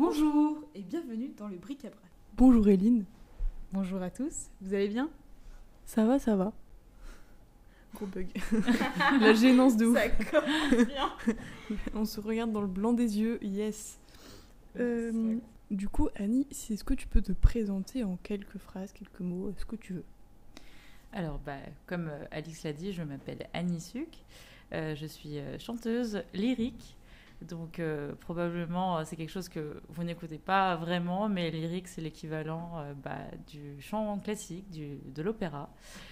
Bonjour et bienvenue dans le bric-à-brac. Bonjour Eline. Bonjour à tous, vous allez bien? Ça va, ça va. Gros bug. La gênance de ouf. Ça commence bien. On se regarde dans le blanc des yeux, yes. Du coup, Annie, est-ce que tu peux te présenter en quelques phrases, quelques mots, ce que tu veux? Alors, comme Alix l'a dit, je m'appelle Annie Suc. Je suis chanteuse lyrique. Donc, probablement, c'est quelque chose que vous n'écoutez pas vraiment, mais lyrique, c'est l'équivalent du chant classique, de l'opéra.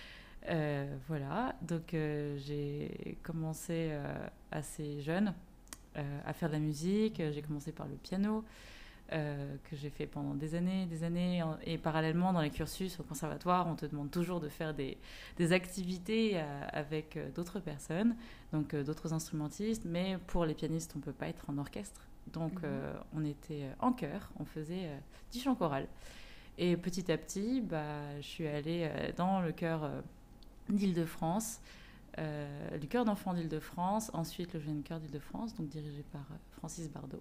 Voilà. Donc, j'ai commencé assez jeune à faire de la musique. J'ai commencé par le piano. Que j'ai fait pendant des années, et parallèlement dans les cursus au conservatoire, on te demande toujours de faire des activités avec d'autres personnes, donc d'autres instrumentistes, mais pour les pianistes, on ne peut pas être en orchestre, donc on était en chœur, on faisait du chant choral. Et petit à petit, je suis allée dans le chœur d'Île-de-France, le chœur d'enfants d'Île-de-France, ensuite le jeune chœur d'Île-de-France, donc dirigé par Francis Bardot.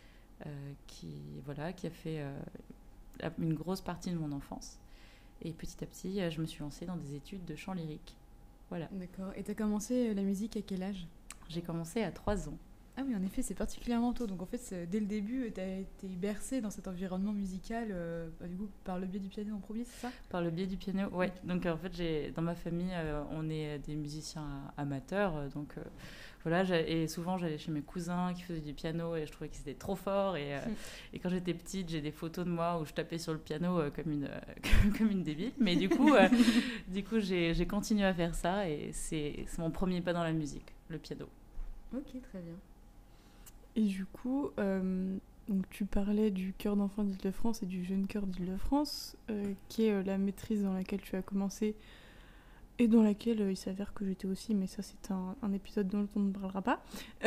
Qui a fait une grosse partie de mon enfance. Et petit à petit, je me suis lancée dans des études de chant lyrique. Voilà. D'accord. Et tu as commencé la musique à quel âge? J'ai commencé à 3 ans. Ah oui, en effet, c'est particulièrement tôt. Donc en fait, dès le début, tu as été bercée dans cet environnement musical, du coup, par le biais du piano en premier, c'est ça? Par le biais du piano, ouais. Donc en fait, dans ma famille, on est des musiciens amateurs. Donc voilà, et souvent j'allais chez mes cousins qui faisaient du piano et je trouvais que c'était trop fort. Et quand j'étais petite, j'ai des photos de moi où je tapais sur le piano comme une débile. Mais du coup, j'ai continué à faire ça et c'est mon premier pas dans la musique, le piano. Ok, très bien. Et du coup, donc tu parlais du chœur d'enfants d'Île-de-France et du jeune chœur d'Île-de-France, qui est la maîtrise dans laquelle tu as commencé et dans laquelle il s'avère que j'étais aussi, mais ça c'est un épisode dont on ne parlera pas.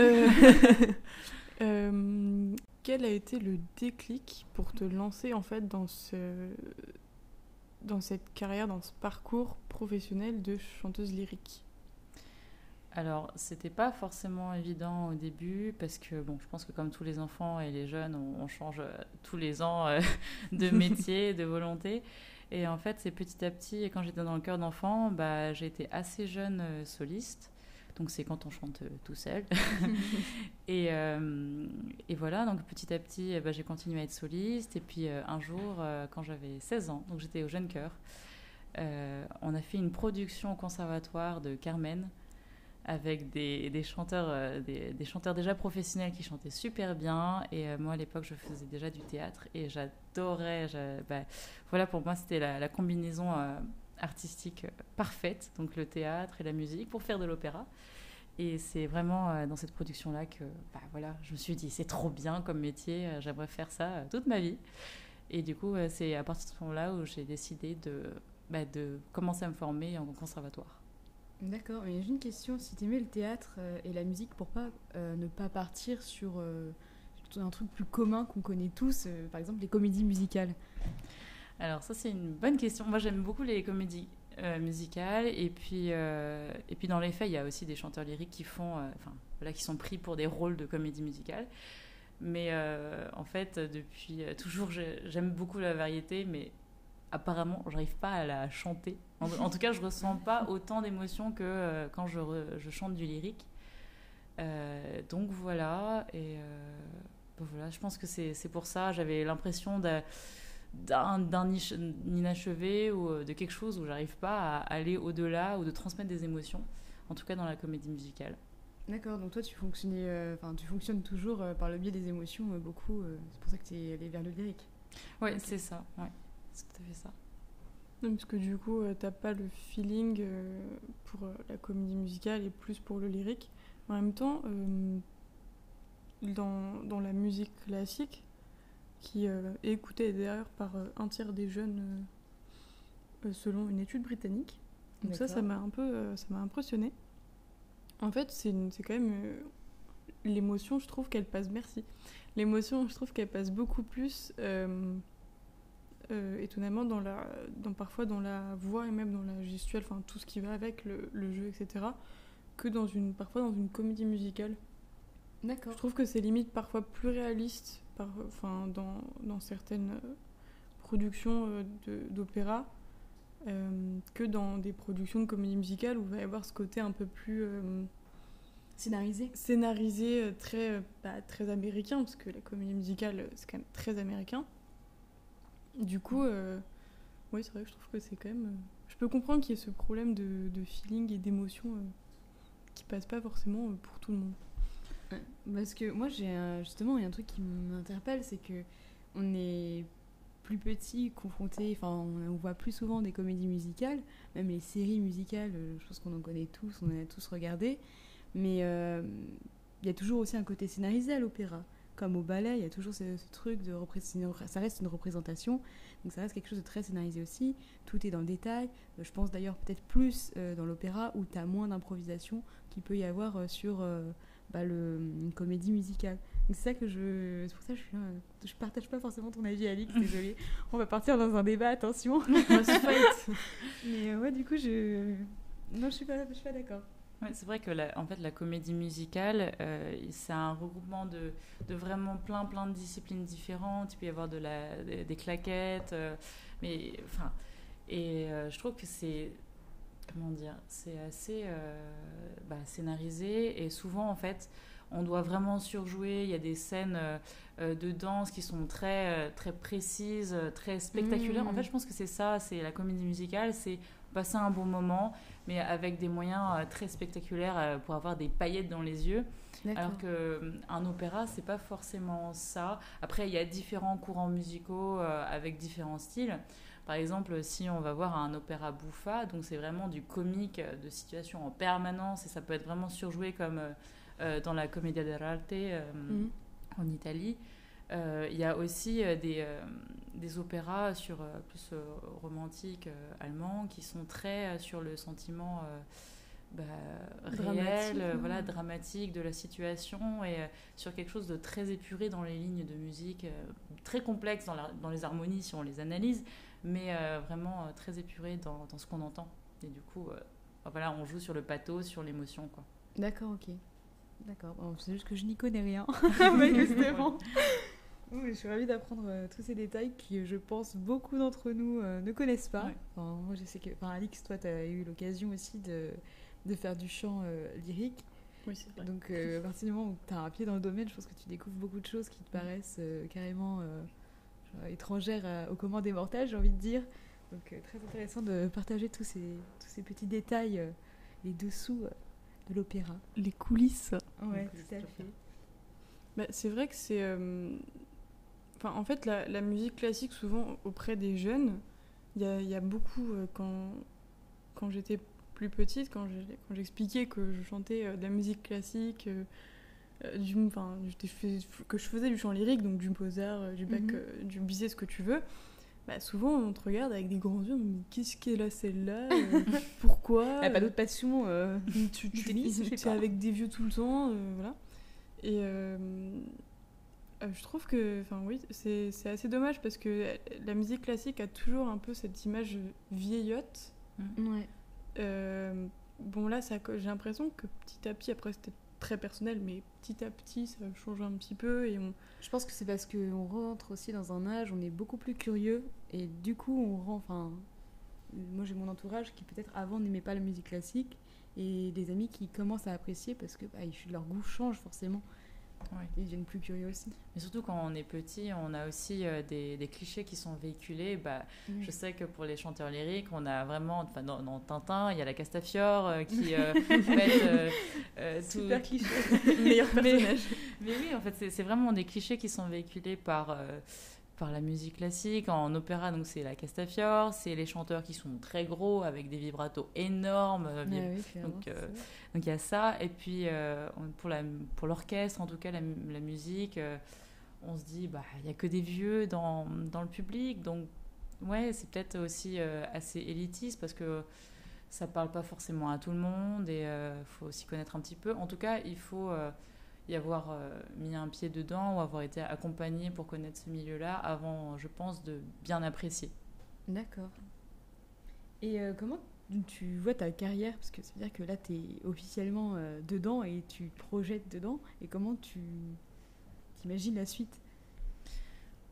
Quel a été le déclic pour te lancer en fait dans cette carrière, dans ce parcours professionnel de chanteuse lyrique? Alors, c'était pas forcément évident au début parce que, je pense que comme tous les enfants et les jeunes, on change tous les ans de métier, de volonté. Et en fait, c'est petit à petit, et quand j'étais dans le chœur d'enfant, j'ai été assez jeune soliste. Donc, c'est quand on chante tout seul. et voilà, donc petit à petit, j'ai continué à être soliste. Et puis, un jour, quand j'avais 16 ans, donc j'étais au jeune chœur, on a fait une production au conservatoire de Carmen, avec des chanteurs déjà professionnels qui chantaient super bien. Et moi, à l'époque, je faisais déjà du théâtre et j'adorais. Voilà, pour moi, c'était la combinaison artistique parfaite, donc le théâtre et la musique, pour faire de l'opéra. Et c'est vraiment dans cette production-là que je me suis dit, c'est trop bien comme métier, j'aimerais faire ça toute ma vie. Et du coup, c'est à partir de ce moment-là où j'ai décidé de commencer à me former en conservatoire. D'accord, mais j'ai une question. Si tu aimais le théâtre et la musique, pourquoi ne pas partir sur un truc plus commun qu'on connaît tous, par exemple les comédies musicales? Alors ça, c'est une bonne question. Moi, j'aime beaucoup les comédies musicales. Et puis dans les faits, il y a aussi des chanteurs lyriques qui qui sont pris pour des rôles de comédie musicale. Mais en fait, depuis toujours, j'aime beaucoup la variété, mais apparemment, j'arrive pas à la chanter. En tout cas, je ressens pas autant d'émotions que quand je chante du lyrique. Donc voilà, et voilà, je pense que c'est pour ça. J'avais l'impression d'un inachevé ou de quelque chose où j'arrive pas à aller au-delà ou de transmettre des émotions, en tout cas dans la comédie musicale. D'accord, donc toi tu fonctionnes toujours par le biais des émotions beaucoup, c'est pour ça que tu es allée vers le lyrique. Oui, okay. C'est ça, ouais. C'est tout à fait ça. Non, parce que du coup, t'as pas le feeling pour la comédie musicale et plus pour le lyrique. En même temps, dans la musique classique, qui est écoutée d'ailleurs par un tiers des jeunes selon une étude britannique. Donc ça m'a un peu ça m'a impressionnée. En fait, c'est quand même l'émotion, je trouve qu'elle passe l'émotion, je trouve qu'elle passe beaucoup plus étonnamment parfois dans la voix et même dans la gestuelle, enfin tout ce qui va avec le jeu, etc., que parfois dans une comédie musicale. D'accord. Je trouve que c'est limite parfois plus réaliste dans certaines productions d'opéra que dans des productions de comédie musicale où il va y avoir ce côté un peu plus scénarisé très américain, parce que la comédie musicale c'est quand même très américain. Du coup, oui, c'est vrai que je trouve que c'est quand même... je peux comprendre qu'il y ait ce problème de feeling et d'émotion qui passe pas forcément pour tout le monde. Ouais, parce que moi, justement, il y a un truc qui m'interpelle, c'est que on est plus petit, confronté, enfin, on voit plus souvent des comédies musicales, même les séries musicales, je pense qu'on en connaît tous, on en a tous regardé, mais il y a toujours aussi un côté scénarisé à l'opéra. Comme au ballet, il y a toujours ce truc de ça reste une représentation, donc ça reste quelque chose de très scénarisé aussi. Tout est dans le détail. Je pense d'ailleurs peut-être plus dans l'opéra où tu as moins d'improvisation qu'il peut y avoir sur une comédie musicale. Donc c'est pour ça que je partage pas forcément ton avis, Alix. Désolée. On va partir dans un débat. Attention. Mais ouais, du coup, non, je suis pas d'accord. Ouais, c'est vrai que la comédie musicale, c'est un regroupement de vraiment plein de disciplines différentes. Il peut y avoir des claquettes, je trouve que c'est, comment dire, c'est assez scénarisé, et souvent en fait on doit vraiment surjouer. Il y a des scènes de danse qui sont très précises, très spectaculaires. En fait, je pense que c'est ça, c'est la comédie musicale, c'est passer un bon moment, mais avec des moyens très spectaculaires pour avoir des paillettes dans les yeux. D'accord. Alors qu'un opéra, c'est pas forcément ça. Après, il y a différents courants musicaux avec différents styles. Par exemple, si on va voir un opéra buffa, donc c'est vraiment du comique de situation en permanence, et ça peut être vraiment surjoué comme dans la Commedia dell'arte en Italie. Il y a aussi des opéras plus romantiques allemands qui sont très sur le sentiment réel, dramatique de la situation, et sur quelque chose de très épuré dans les lignes de musique, très complexe dans les harmonies si on les analyse, mais vraiment très épuré dans ce qu'on entend. Et du coup, on joue sur le pathos, sur l'émotion, quoi. D'accord, ok. D'accord. Bon, c'est juste que je n'y connais rien. Justement. Oui, je suis ravie d'apprendre tous ces détails que je pense beaucoup d'entre nous ne connaissent pas. Ouais. Enfin, moi, je sais que, Alix, toi, tu as eu l'occasion aussi de faire du chant lyrique. Oui, c'est vrai. Donc, à partir du moment où tu as un pied dans le domaine, je pense que tu découvres beaucoup de choses qui te paraissent carrément étrangères au commun des mortels, j'ai envie de dire. Donc, très intéressant de partager tous ces petits détails, les dessous de l'opéra. Les coulisses. Ouais, tout à fait. C'est vrai que c'est... en fait, la musique classique, souvent, auprès des jeunes, il y a beaucoup... Quand j'étais plus petite, quand j'expliquais que je chantais de la musique classique, que je faisais du chant lyrique, donc du Mozart, du Bach, du Bizet, ce que tu veux, souvent on te regarde avec des grands yeux, mais qu'est-ce qu'elle a celle-là pourquoi elle n'a pas d'autre passion tu es avec des vieux tout le temps, voilà. Et je trouve que c'est assez dommage, parce que la musique classique a toujours un peu cette image vieillotte. Ouais. Là j'ai l'impression que petit à petit, après c'était très personnel, mais petit à petit ça change un petit peu, et je pense que c'est parce qu'on rentre aussi dans un âge, on est beaucoup plus curieux, et du coup moi j'ai mon entourage qui peut-être avant n'aimait pas la musique classique, et des amis qui commencent à apprécier parce que leur goût change forcément. Ouais. Ils deviennent plus curieux aussi. Mais surtout quand on est petit, on a aussi des clichés qui sont véhiculés. Je sais que pour les chanteurs lyriques, on a vraiment, dans Tintin, il y a la Castafiore qui met super cliché. Meilleur personnage. Mais oui, en fait, c'est vraiment des clichés qui sont véhiculés par la musique classique. En opéra, donc c'est la Castafiore, c'est les chanteurs qui sont très gros avec des vibratos énormes. Donc il y a ça. Et puis pour l'orchestre, en tout cas la musique, on se dit il y a que des vieux dans le public. Donc ouais, c'est peut-être aussi assez élitiste, parce que ça parle pas forcément à tout le monde, et faut s'y connaître un petit peu. En tout cas, il faut y avoir mis un pied dedans, ou avoir été accompagné pour connaître ce milieu-là avant, je pense, de bien apprécier. D'accord. Et comment tu vois ta carrière, parce que ça veut dire que là tu es officiellement dedans et tu te projettes dedans, et comment tu t'imagines la suite?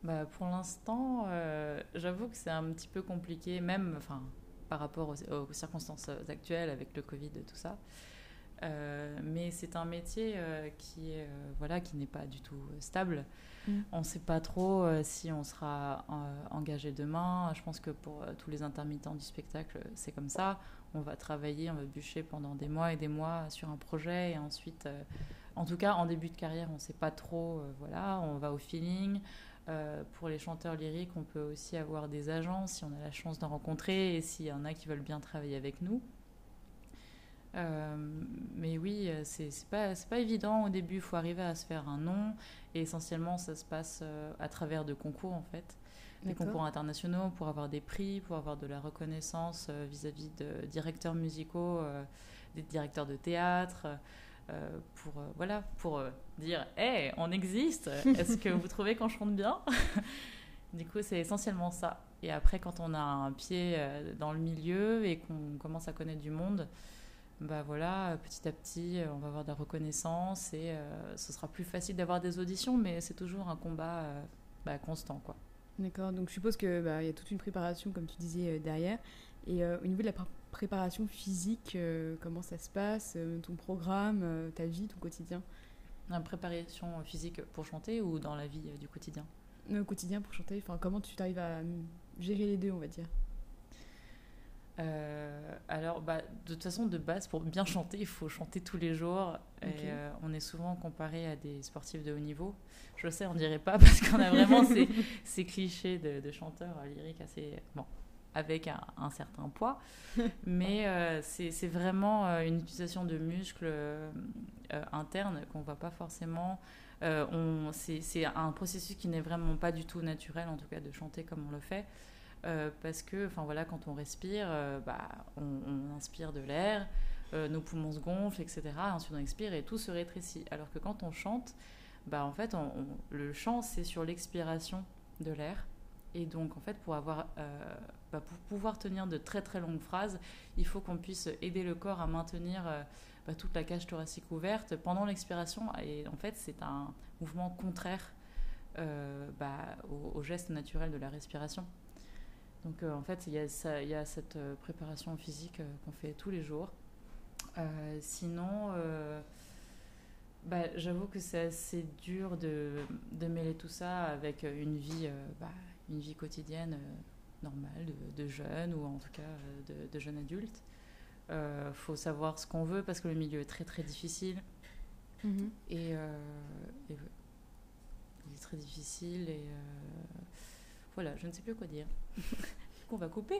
Bah, pour l'instant, j'avoue que c'est un petit peu compliqué, même par rapport aux circonstances actuelles avec le Covid et tout ça. Mais c'est un métier qui n'est pas du tout stable. On ne sait pas trop si on sera engagé demain. Je pense que pour tous les intermittents du spectacle, c'est comme ça. On va travailler, on va bûcher pendant des mois et des mois sur un projet. Et ensuite, en tout cas, en début de carrière, on ne sait pas trop. On va au feeling. Pour les chanteurs lyriques, on peut aussi avoir des agents si on a la chance d'en rencontrer et s'il y en a qui veulent bien travailler avec nous. Mais oui, c'est pas évident au début. Il faut arriver à se faire un nom. Et essentiellement, ça se passe à travers de concours, en fait. Des concours internationaux pour avoir des prix, pour avoir de la reconnaissance vis-à-vis de directeurs musicaux, des directeurs de théâtre, pour dire « Hey, on existe. Est-ce que vous trouvez qu'on chante bien ?» Du coup, c'est essentiellement ça. Et après, quand on a un pied dans le milieu et qu'on commence à connaître du monde, petit à petit, on va avoir de la reconnaissance et ce sera plus facile d'avoir des auditions, mais c'est toujours un combat constant, quoi. D'accord, donc je suppose qu'il y a toute une préparation, comme tu disais, derrière. Et au niveau de la préparation physique, comment ça se passe, ton programme, ta vie, ton quotidien? La préparation physique pour chanter ou dans la vie du quotidien? Au quotidien pour chanter, comment tu t'arrives à gérer les deux, on va dire? Alors, de toute façon, de base, pour bien chanter, il faut chanter tous les jours. Okay. Et on est souvent comparé à des sportifs de haut niveau. Je sais, on dirait pas parce qu'on a vraiment ces clichés de chanteurs lyriques assez... Bon, avec un certain poids. Mais c'est vraiment une utilisation de muscles internes qu'on voit pas forcément. C'est un processus qui n'est vraiment pas du tout naturel, en tout cas, de chanter comme on le fait. Parce que quand on respire, on inspire de l'air, nos poumons se gonflent, etc. Ensuite on expire et tout se rétrécit. Alors que quand on chante, en fait, le chant c'est sur l'expiration de l'air. Et donc en fait pour pouvoir tenir de très très longues phrases, il faut qu'on puisse aider le corps à maintenir toute la cage thoracique ouverte pendant l'expiration. Et en fait c'est un mouvement contraire au geste naturel de la respiration. Donc en fait, il y a cette préparation physique qu'on fait tous les jours. Sinon, j'avoue que c'est assez dur de mêler tout ça avec une vie quotidienne normale de jeune ou en tout cas de jeune adulte. Faut savoir ce qu'on veut parce que le milieu est très très difficile. Mm-hmm. Et il est très difficile et... Voilà, je ne sais plus quoi dire. On va couper.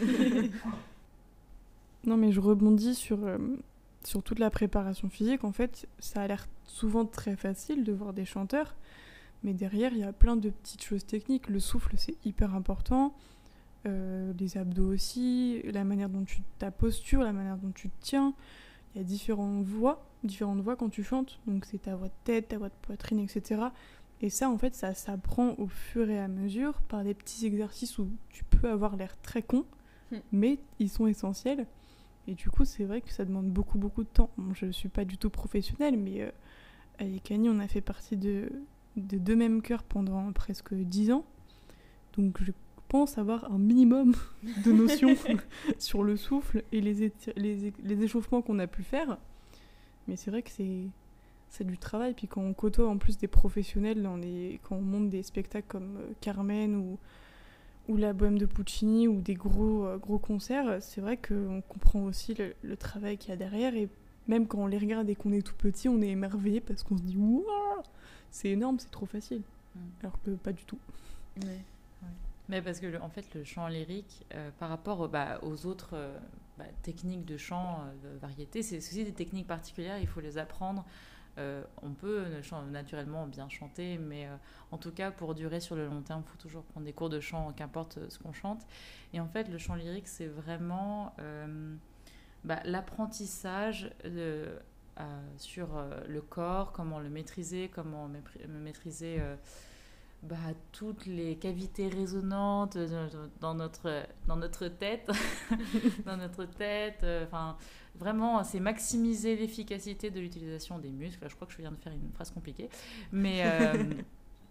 Non, mais je rebondis sur toute la préparation physique. En fait, ça a l'air souvent très facile de voir des chanteurs, mais derrière, il y a plein de petites choses techniques. Le souffle, c'est hyper important. Les abdos aussi, la manière dont ta posture, la manière dont tu te tiens. Il y a différentes voix quand tu chantes. Donc, c'est ta voix de tête, ta voix de poitrine, etc. Et ça, en fait, ça s'apprend au fur et à mesure par des petits exercices où tu peux avoir l'air très con, mais ils sont essentiels. Et du coup, c'est vrai que ça demande beaucoup, beaucoup de temps. Bon, je ne suis pas du tout professionnelle, mais avec Annie, on a fait partie de deux mêmes chœurs pendant presque 10 ans. Donc, je pense avoir un minimum de notions sur le souffle et les échauffements qu'on a pu faire. Mais c'est vrai que c'est du travail. Puis quand on côtoie en plus des professionnels, quand on monte des spectacles comme Carmen ou la Bohème de Puccini ou des gros concerts, c'est vrai qu'on comprend aussi le travail qu'il y a derrière. Et même quand on les regarde et qu'on est tout petit, on est émerveillé parce qu'on se dit « Wouah, c'est énorme, c'est trop facile ». Alors que pas du tout. Ouais. Mais parce que en fait, le chant lyrique, par rapport aux autres techniques de chant, de variété, c'est aussi des techniques particulières, il faut les apprendre. On peut naturellement bien chanter, mais en tout cas, pour durer sur le long terme, il faut toujours prendre des cours de chant, qu'importe ce qu'on chante. Et en fait, le chant lyrique, c'est vraiment l'apprentissage sur le corps, comment le maîtriser, comment maîtriser toutes les cavités résonantes dans notre tête. Dans notre tête. Vraiment, c'est maximiser l'efficacité de l'utilisation des muscles. Je crois que je viens de faire une phrase compliquée. Mais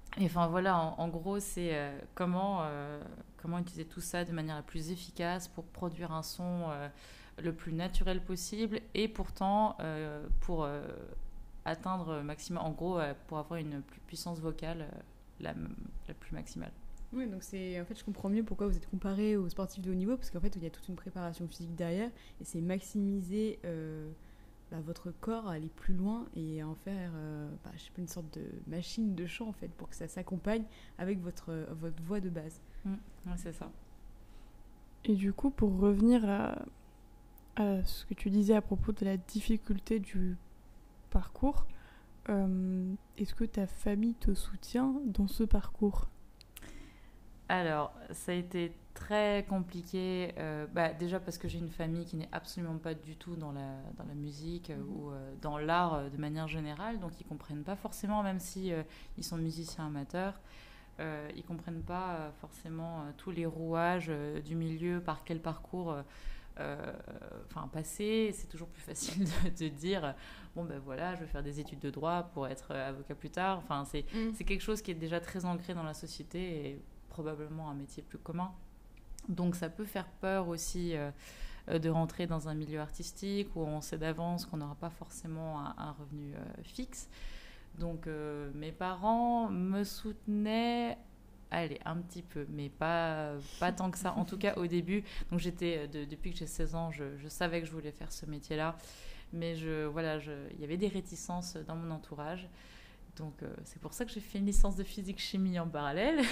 Et enfin voilà, en gros, c'est comment utiliser tout ça de manière la plus efficace pour produire un son le plus naturel possible et pourtant pour atteindre maximum, en gros, pour avoir une puissance vocale la plus maximale. Oui, donc en fait, je comprends mieux pourquoi vous êtes comparé aux sportifs de haut niveau, parce qu'en fait, il y a toute une préparation physique derrière, et c'est maximiser votre corps à aller plus loin et à en faire je sais pas, une sorte de machine de chant, en fait, pour que ça s'accompagne avec votre voix de base. Ouais, c'est ça. Et du coup, pour revenir à ce que tu disais à propos de la difficulté du parcours, est-ce que ta famille te soutient dans ce parcours ? Alors, ça a été très compliqué, déjà parce que j'ai une famille qui n'est absolument pas du tout dans la musique ou dans l'art de manière générale, donc ils ne comprennent pas forcément, même si ils sont musiciens amateurs, ils ne comprennent pas forcément tous les rouages du milieu, par quel parcours passer. C'est toujours plus facile de dire bon ben voilà, je vais faire des études de droit pour être avocat plus tard. Enfin, c'est quelque chose qui est déjà très ancré dans la société et probablement un métier plus commun. Donc ça peut faire peur aussi de rentrer dans un milieu artistique où on sait d'avance qu'on n'aura pas forcément un revenu fixe. Donc mes parents me soutenaient, allez, un petit peu, mais pas tant que ça. En tout cas, au début, donc depuis que j'ai 16 ans, je savais que je voulais faire ce métier-là. Mais il y avait des réticences dans mon entourage. Donc c'est pour ça que j'ai fait une licence de physique-chimie en parallèle.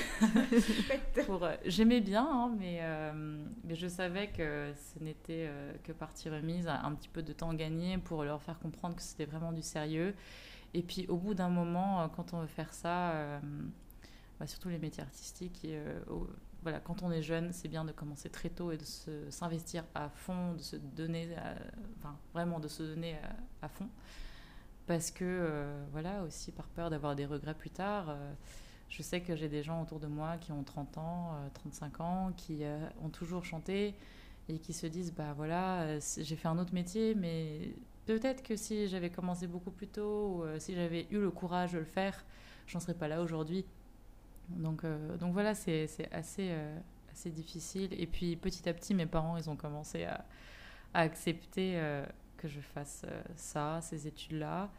J'aimais bien, hein, mais je savais que ce n'était que partie remise, un petit peu de temps gagné pour leur faire comprendre que c'était vraiment du sérieux. Et puis au bout d'un moment, quand on veut faire ça, surtout les métiers artistiques, quand on est jeune, c'est bien de commencer très tôt et de s'investir à fond, de se donner, vraiment de se donner à fond. Parce que, aussi par peur d'avoir des regrets plus tard, je sais que j'ai des gens autour de moi qui ont 30 ans, 35 ans, qui ont toujours chanté et qui se disent, j'ai fait un autre métier, mais peut-être que si j'avais commencé beaucoup plus tôt, ou si j'avais eu le courage de le faire, j'en serais pas là aujourd'hui. Donc voilà, c'est assez difficile. Et puis petit à petit, mes parents, ils ont commencé à accepter que je fasse ces études-là.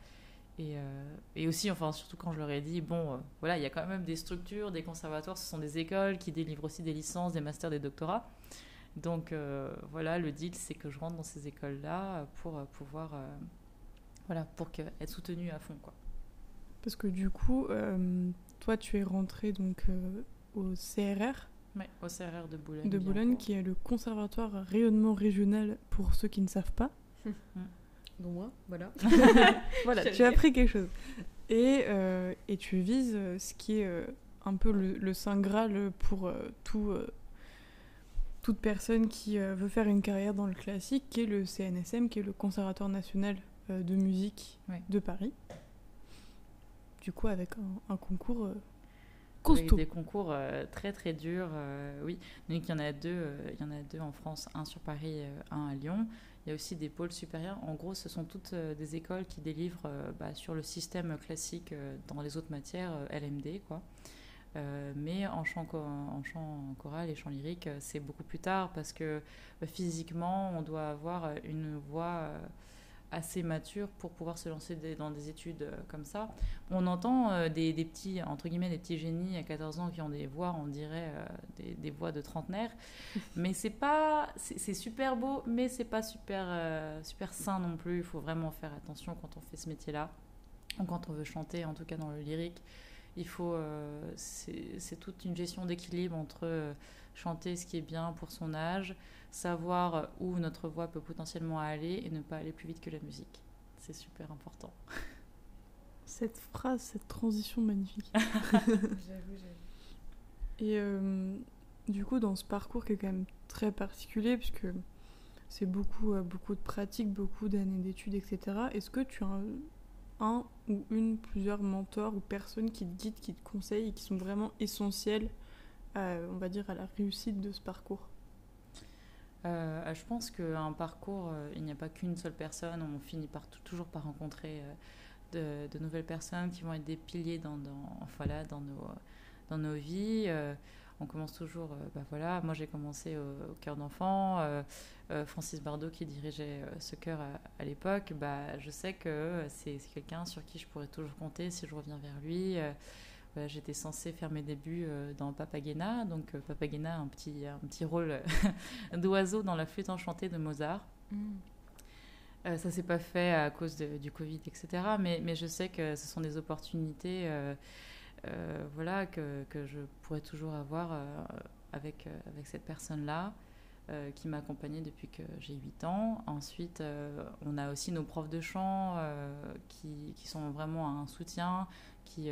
Et aussi, surtout quand je leur ai dit, il y a quand même des structures, des conservatoires, ce sont des écoles qui délivrent aussi des licences, des masters, des doctorats. Donc le deal, c'est que je rentre dans ces écoles-là pour pouvoir, pour être soutenue à fond, quoi. Parce que du coup, toi, tu es rentrée donc au CRR. Oui, au CRR de Boulogne. De Boulogne, qui est le conservatoire rayonnement régional pour ceux qui ne savent pas. Donc moi, voilà. Voilà, tu as appris quelque chose. Et tu vises ce qui est un peu le saint Graal pour toute personne qui veut faire une carrière dans le classique, qui est le CNSM, qui est le Conservatoire national de musique de Paris. Du coup, avec un concours costaud. Avec des concours très très durs, oui. Donc il y en a deux en France, un sur Paris, un à Lyon. Il y a aussi des pôles supérieurs. En gros, ce sont toutes des écoles qui délivrent sur le système classique dans les autres matières, LMD, quoi. Mais en chant choral et chant lyrique, c'est beaucoup plus tard parce que physiquement, on doit avoir une voix assez mature pour pouvoir se lancer dans des études comme ça. On entend des petits, entre guillemets, des petits génies à 14 ans qui ont des voix, on dirait des voix de trentenaire. Mais c'est super beau, mais c'est pas super sain non plus. Il faut vraiment faire attention quand on fait ce métier-là. Ou quand on veut chanter, en tout cas dans le lyrique. Il faut, c'est toute une gestion d'équilibre entre chanter ce qui est bien pour son âge, savoir où notre voix peut potentiellement aller et ne pas aller plus vite que la musique. C'est super important. Cette phrase, cette transition magnifique. J'avoue. Et du coup, dans ce parcours qui est quand même très particulier, puisque c'est beaucoup de pratiques, beaucoup d'années d'études, etc., est-ce que tu as un ou plusieurs mentors ou personnes qui te guident, qui te conseillent et qui sont vraiment essentielles, on va dire, à la réussite de ce parcours? Je pense qu'un parcours, il n'y a pas qu'une seule personne. On finit toujours par rencontrer de nouvelles personnes qui vont être des piliers voilà, dans nos vies. On commence toujours, voilà, moi j'ai commencé au Chœur d'enfants, Francis Bardot qui dirigeait ce chœur à l'époque, je sais que c'est quelqu'un sur qui je pourrais toujours compter si je reviens vers lui. Voilà, j'étais censée faire mes débuts dans Papagena, donc Papagena a un petit rôle d'oiseau dans la flûte enchantée de Mozart. Ça s'est pas fait à cause du Covid, etc. Mais je sais que ce sont des opportunités voilà, que je pourrais toujours avoir avec cette personne-là qui m'a accompagnée depuis que j'ai 8 ans. Ensuite, on a aussi nos profs de chant qui sont vraiment un soutien, qui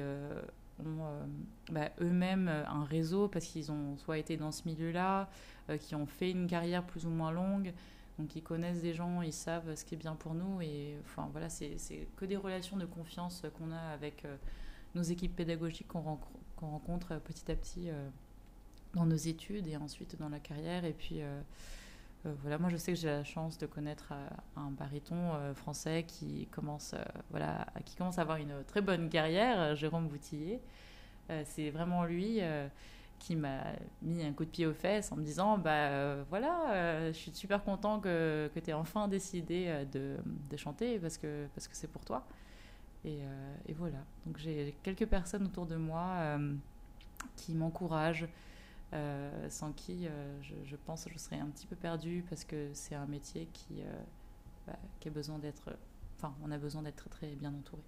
ont eux-mêmes un réseau parce qu'ils ont soit été dans ce milieu-là, qui ont fait une carrière plus ou moins longue. Donc ils connaissent des gens, ils savent ce qui est bien pour nous. Et enfin voilà, c'est que des relations de confiance qu'on a avec nos équipes pédagogiques qu'on rencontre petit à petit dans nos études et ensuite dans la carrière. Et puis voilà, moi je sais que j'ai la chance de connaître un baryton français qui commence à avoir une très bonne carrière, Jérôme Boutillier. C'est vraiment lui qui m'a mis un coup de pied aux fesses en me disant je suis super content que tu aies enfin décidé de chanter parce que c'est pour toi. Et voilà. Donc j'ai quelques personnes autour de moi qui m'encouragent, sans qui je pense que je serais un petit peu perdue parce que c'est un métier qui a besoin d'être... Enfin, on a besoin d'être très, très bien entouré.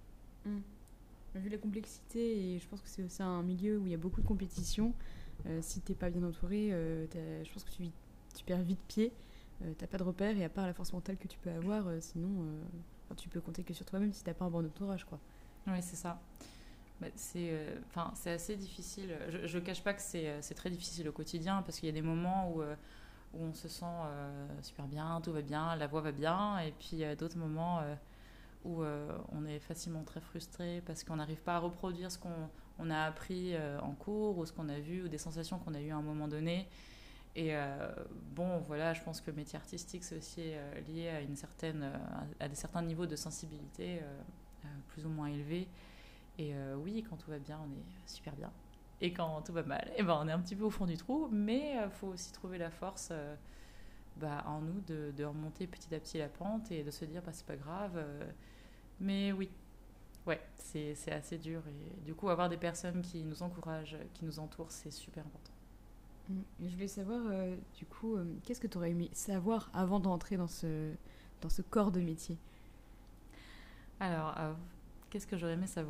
Vu la complexité, et je pense que c'est aussi un milieu où il y a beaucoup de compétition, si t'es pas bien entouré, je pense que tu perds vite pied, t'as pas de repères, et à part la force mentale que tu peux avoir, sinon tu peux compter que sur toi-même si t'as pas un bon entourage, quoi. Oui, c'est ça. C'est assez difficile. Je cache pas que c'est très difficile au quotidien parce qu'il y a des moments où on se sent super bien, tout va bien, la voix va bien, et puis il y a d'autres moments où on est facilement très frustré parce qu'on n'arrive pas à reproduire ce qu'on a appris en cours ou ce qu'on a vu ou des sensations qu'on a eues à un moment donné. Et voilà, je pense que le métier artistique, c'est aussi lié à des certains niveaux de sensibilité plus ou moins élevés. Et oui, quand tout va bien, on est super bien. Et quand tout va mal, on est un petit peu au fond du trou. Mais il faut aussi trouver la force en nous de remonter petit à petit la pente et de se dire, c'est pas grave. Mais oui, ouais, c'est assez dur. Et du coup, avoir des personnes qui nous encouragent, qui nous entourent, c'est super important. Je voulais savoir, du coup, qu'est-ce que tu aurais aimé savoir avant d'entrer dans ce corps de métier ? Alors, qu'est-ce que j'aurais aimé savoir ?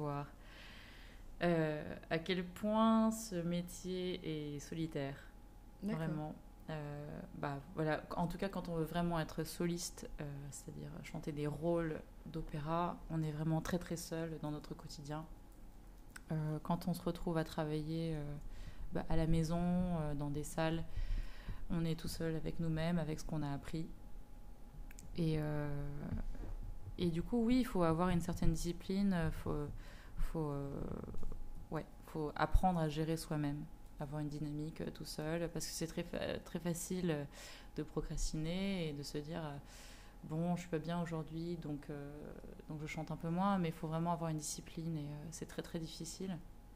À quel point ce métier est solitaire. D'accord. Vraiment. Voilà. En tout cas, quand on veut vraiment être soliste, c'est-à-dire chanter des rôles d'opéra, on est vraiment très très seul dans notre quotidien. Quand on se retrouve à travailler à la maison, dans des salles, on est tout seul avec nous-mêmes, avec ce qu'on a appris. Et du coup, oui, il faut avoir une certaine discipline, faut apprendre à gérer soi-même, avoir une dynamique tout seul, parce que c'est très, très facile de procrastiner et de se dire je suis pas bien aujourd'hui, donc je chante un peu moins, mais il faut vraiment avoir une discipline et c'est très très difficile.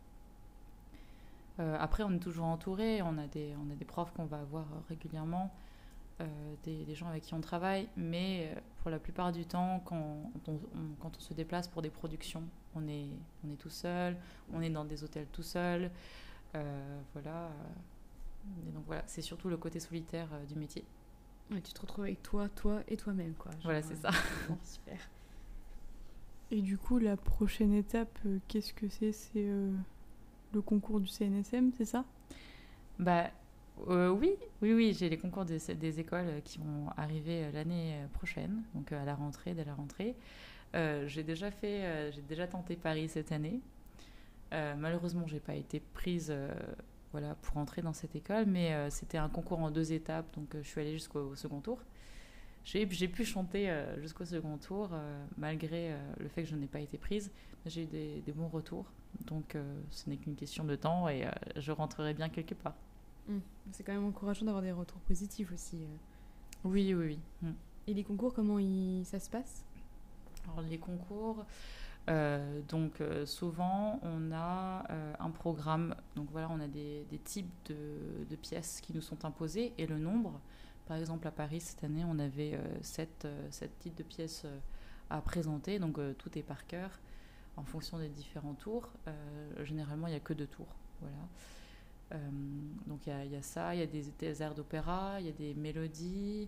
Après, on est toujours entouré, on a des profs qu'on va avoir régulièrement, des gens avec qui on travaille, mais pour la plupart du temps, quand on se déplace pour des productions, on est tout seul, on est dans des hôtels tout seul, voilà. Et donc voilà, c'est surtout le côté solitaire du métier. Ouais, tu te retrouves avec toi et toi-même, quoi. Voilà, c'est ça. Super. Et du coup, la prochaine étape, qu'est-ce que c'est ? C'est le concours du CNSM, c'est ça ? Oui, j'ai les concours des écoles qui vont arriver l'année prochaine, donc dès la rentrée. J'ai déjà tenté Paris cette année. Malheureusement, j'ai pas été prise pour entrer dans cette école, mais c'était un concours en 2 étapes, donc je suis allée jusqu'au second tour. J'ai pu chanter jusqu'au second tour, malgré le fait que je n'ai pas été prise. J'ai eu des bons retours, donc ce n'est qu'une question de temps et je rentrerai bien quelque part. C'est quand même encourageant d'avoir des retours positifs aussi. Oui. Et les concours, comment ça se passe ? Alors les concours, Donc souvent on a un programme, donc voilà, on a des types de pièces qui nous sont imposées et le nombre. Par exemple à Paris cette année on avait 7 types de pièces à présenter, donc tout est par cœur en fonction des différents tours. Généralement il n'y a que 2 tours, voilà. Donc il y a ça, il y a des airs d'opéra, il y a des mélodies,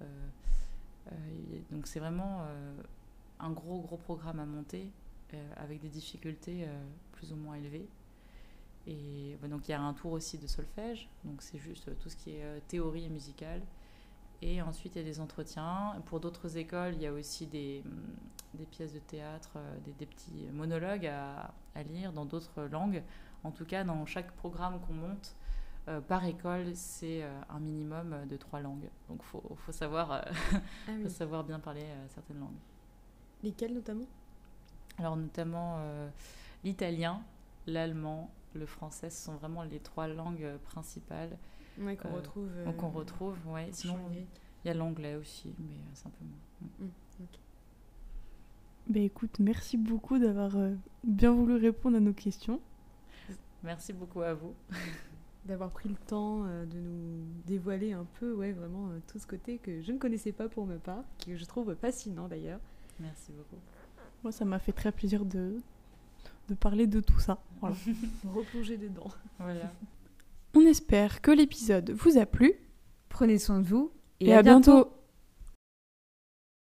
donc c'est vraiment un gros programme à monter, avec des difficultés plus ou moins élevées. Et donc il y a un tour aussi de solfège, donc c'est juste tout ce qui est théorie musicale. Et ensuite il y a des entretiens. Pour d'autres écoles, il y a aussi des pièces de théâtre, des petits monologues à lire dans d'autres langues. En tout cas, dans chaque programme qu'on monte, par école, c'est un minimum de 3 langues. Donc il faut savoir, faut savoir bien parler certaines langues. Lesquelles notamment ? Alors notamment l'italien, l'allemand, le français, ce sont vraiment les 3 langues principales. Ouais, qu'on retrouve. Qu'on retrouve, ouais. Sinon, il y a l'anglais aussi, mais c'est un peu moins. Okay. Bah écoute, merci beaucoup d'avoir bien voulu répondre à nos questions. Merci beaucoup à vous. D'avoir pris le temps de nous dévoiler un peu, vraiment tout ce côté que je ne connaissais pas pour ma part, que je trouve fascinant d'ailleurs. Merci beaucoup. Moi, ça m'a fait très plaisir de parler de tout ça. Voilà. Replonger dedans. Voilà. On espère que l'épisode vous a plu. Prenez soin de vous et à bientôt.